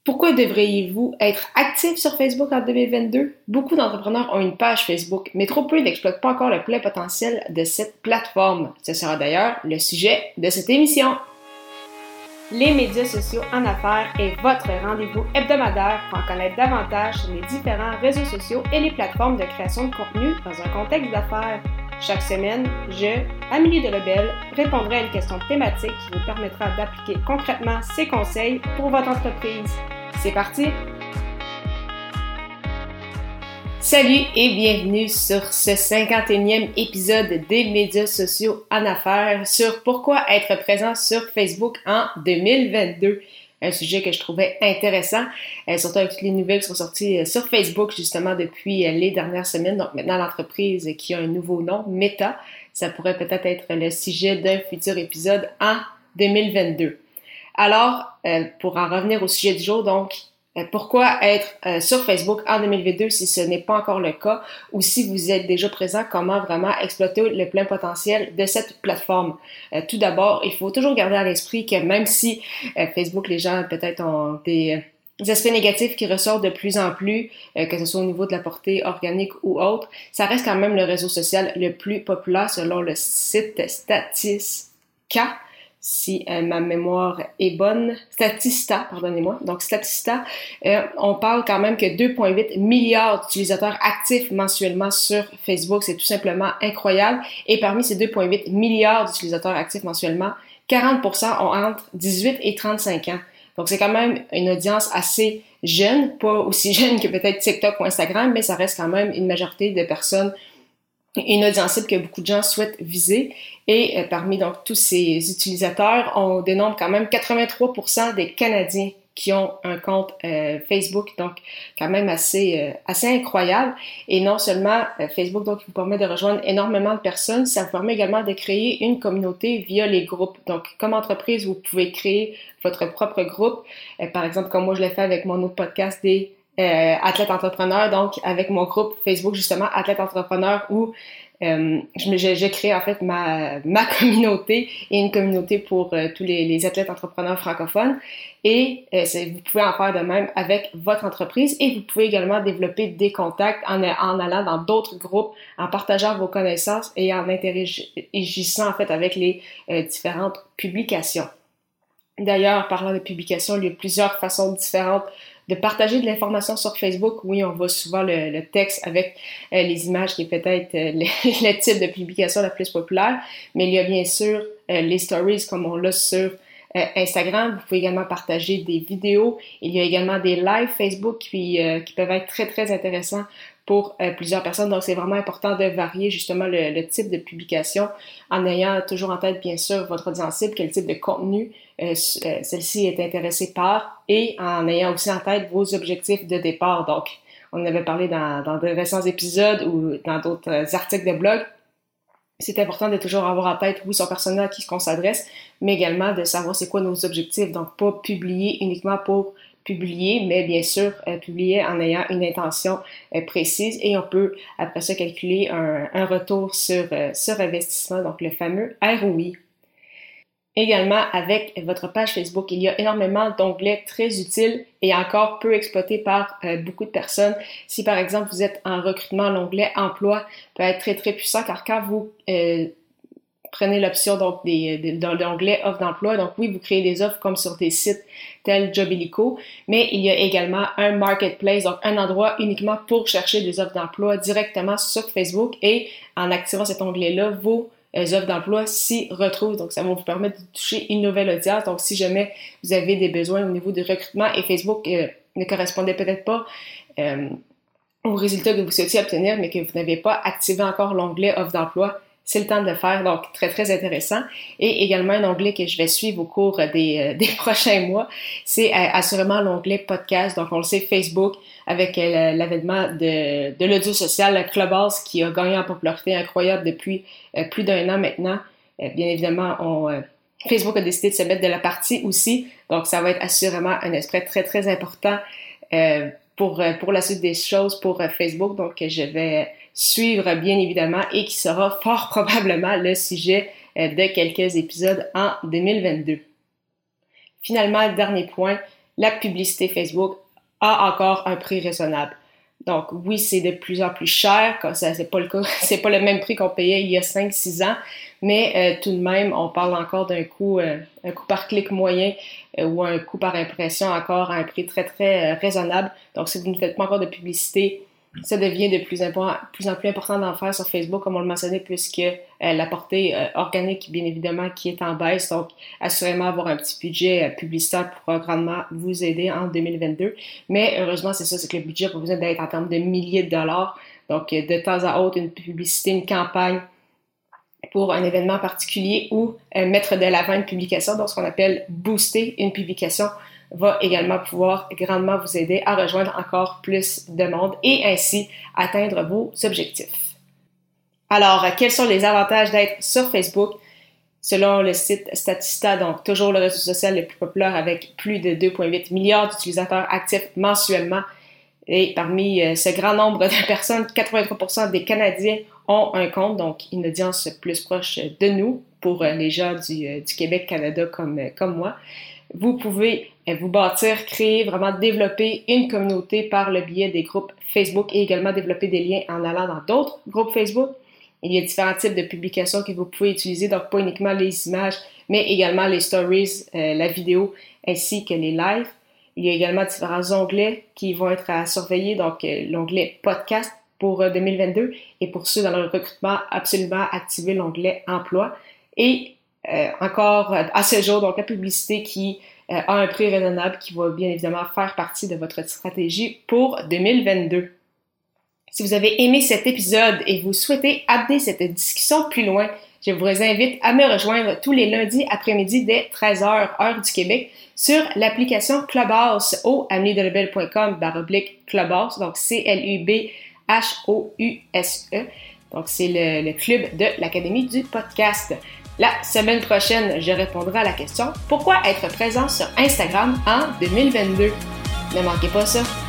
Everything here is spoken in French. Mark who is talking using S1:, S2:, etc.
S1: Pourquoi devriez-vous être actif sur Facebook en 2022? Beaucoup d'entrepreneurs ont une page Facebook, mais trop peu n'exploitent pas encore le plein potentiel de cette plateforme. Ce sera d'ailleurs le sujet de cette émission. Les médias sociaux en affaires est votre rendez-vous hebdomadaire pour en connaître davantage sur les différents réseaux sociaux et les plateformes de création de contenu dans un contexte d'affaires. Chaque semaine, je, Amélie Delobel, répondrai à une question thématique qui vous permettra d'appliquer concrètement ces conseils pour votre entreprise. C'est parti! Salut et bienvenue sur ce 51e épisode des médias sociaux en affaires sur pourquoi être présent sur Facebook en 2022. Un sujet que je trouvais intéressant, surtout avec toutes les nouvelles qui sont sorties sur Facebook justement depuis les dernières semaines. Donc maintenant l'entreprise qui a un nouveau nom, Meta, ça pourrait peut-être être le sujet d'un futur épisode en 2022. Alors, pour en revenir au sujet du jour, donc, pourquoi être sur Facebook en 2022 si ce n'est pas encore le cas ou si vous êtes déjà présent, comment vraiment exploiter le plein potentiel de cette plateforme. Tout d'abord, il faut toujours garder à l'esprit que même si Facebook, les gens peut-être ont des aspects négatifs qui ressortent de plus en plus, que ce soit au niveau de la portée organique ou autre, ça reste quand même le réseau social le plus populaire selon le site Statista. Si ma mémoire est bonne, Statista, pardonnez-moi. Donc Statista, on parle quand même que 2,8 milliards d'utilisateurs actifs mensuellement sur Facebook. C'est tout simplement incroyable. Et parmi ces 2,8 milliards d'utilisateurs actifs mensuellement, 40% ont entre 18 et 35 ans. Donc c'est quand même une audience assez jeune, pas aussi jeune que peut-être TikTok ou Instagram, mais ça reste quand même une majorité de personnes, une audience cible que beaucoup de gens souhaitent viser. Et parmi donc tous ces utilisateurs, on dénombre quand même 83% des Canadiens qui ont un compte Facebook, donc quand même assez incroyable. Et non seulement Facebook donc vous permet de rejoindre énormément de personnes, ça vous permet également de créer une communauté via les groupes. Donc comme entreprise, vous pouvez créer votre propre groupe. Par exemple, comme moi je l'ai fait avec mon autre podcast des athlètes entrepreneurs, donc avec mon groupe Facebook justement athlètes entrepreneurs où j'ai créé en fait ma communauté et une communauté pour tous les athlètes entrepreneurs francophones et vous pouvez en faire de même avec votre entreprise et vous pouvez également développer des contacts en allant dans d'autres groupes, en partageant vos connaissances et en interagissant en fait avec les différentes publications. D'ailleurs, parlant de publications, il y a plusieurs façons différentes de partager de l'information sur Facebook. Oui, on voit souvent le texte avec les images qui est peut-être le type de publication la plus populaire, mais il y a bien sûr les stories comme on l'a sur Instagram. Vous pouvez également partager des vidéos. Il y a également des lives Facebook qui peuvent être très, très intéressants pour plusieurs personnes. Donc, c'est vraiment important de varier justement le type de publication en ayant toujours en tête, bien sûr, votre audience cible, quel type de contenu celle-ci est intéressée par et en ayant aussi en tête vos objectifs de départ. Donc, on en avait parlé dans de récents épisodes ou dans d'autres articles de blog. C'est important de toujours avoir en tête, oui, son persona à qui on s'adresse, mais également de savoir c'est quoi nos objectifs. Donc, pas publier uniquement pour publier, mais bien sûr, publier en ayant une intention précise et on peut après ça calculer un retour sur investissement, donc le fameux ROI. Également, avec votre page Facebook, il y a énormément d'onglets très utiles et encore peu exploités par beaucoup de personnes. Si par exemple vous êtes en recrutement, l'onglet Emploi peut être très très puissant car quand vous prenez l'option donc dans l'onglet offre d'emploi, donc oui, vous créez des offres comme sur des sites tels Jobilico, mais il y a également un marketplace, donc un endroit uniquement pour chercher des offres d'emploi directement sur Facebook et en activant cet onglet-là, vos offres d'emploi s'y retrouvent. Donc, ça va vous permettre de toucher une nouvelle audience. Donc, si jamais vous avez des besoins au niveau du recrutement et Facebook ne correspondait peut-être pas aux résultats que vous souhaitiez obtenir, mais que vous n'avez pas activé encore l'onglet offre d'emploi, c'est le temps de le faire, donc très, très intéressant. Et également, un onglet que je vais suivre au cours des prochains mois, c'est assurément l'onglet podcast. Donc, on le sait, Facebook, avec l'avènement de l'audio social, Clubhouse, qui a gagné en popularité incroyable depuis plus d'un an maintenant. Bien évidemment, Facebook a décidé de se mettre de la partie aussi. Donc, ça va être assurément un aspect très, très important pour la suite des choses pour Facebook. Donc, je vais suivre bien évidemment et qui sera fort probablement le sujet de quelques épisodes en 2022. Finalement, dernier point, la publicité Facebook a encore un prix raisonnable. Donc oui, c'est de plus en plus cher, c'est pas le cas, c'est pas le même prix qu'on payait il y a 5-6 ans, mais tout de même, on parle encore d'un coût par clic moyen ou un coût par impression encore à un prix très très raisonnable. Donc si vous ne faites pas encore de publicité, ça devient de plus en plus important d'en faire sur Facebook, comme on le mentionnait, puisque la portée organique, bien évidemment, qui est en baisse. Donc, assurément, avoir un petit budget publicitaire pourra grandement vous aider en 2022. Mais heureusement, c'est ça, c'est que le budget n'a pas besoin d'être en termes de milliers de dollars. Donc, de temps à autre, une publicité, une campagne pour un événement particulier ou mettre de l'avant une publication, donc ce qu'on appelle booster une publication, va également pouvoir grandement vous aider à rejoindre encore plus de monde et ainsi atteindre vos objectifs. Alors, quels sont les avantages d'être sur Facebook? Selon le site Statista, donc toujours le réseau social le plus populaire avec plus de 2,8 milliards d'utilisateurs actifs mensuellement. Et parmi ce grand nombre de personnes, 83% des Canadiens ont un compte, donc une audience plus proche de nous pour les gens du Québec, Canada comme moi. Vous pouvez vous bâtir, créer, vraiment développer une communauté par le biais des groupes Facebook et également développer des liens en allant dans d'autres groupes Facebook. Il y a différents types de publications que vous pouvez utiliser, donc pas uniquement les images, mais également les stories, la vidéo, ainsi que les lives. Il y a également différents onglets qui vont être à surveiller, donc l'onglet podcast pour 2022 et pour ceux dans le recrutement, absolument activer l'onglet emploi. Et encore à ce jour, donc la publicité qui a un prix raisonnable qui va bien évidemment faire partie de votre stratégie pour 2022. Si vous avez aimé cet épisode et vous souhaitez amener cette discussion plus loin, je vous invite à me rejoindre tous les lundis après-midi dès 13h, heure du Québec, sur l'application Clubhouse au ameliedelebel.com/Clubhouse, donc CLUBHOUSE. Donc c'est le club de l'Académie du podcast. La semaine prochaine, je répondrai à la question « Pourquoi être présent sur Instagram en 2022 ?» Ne manquez pas ça!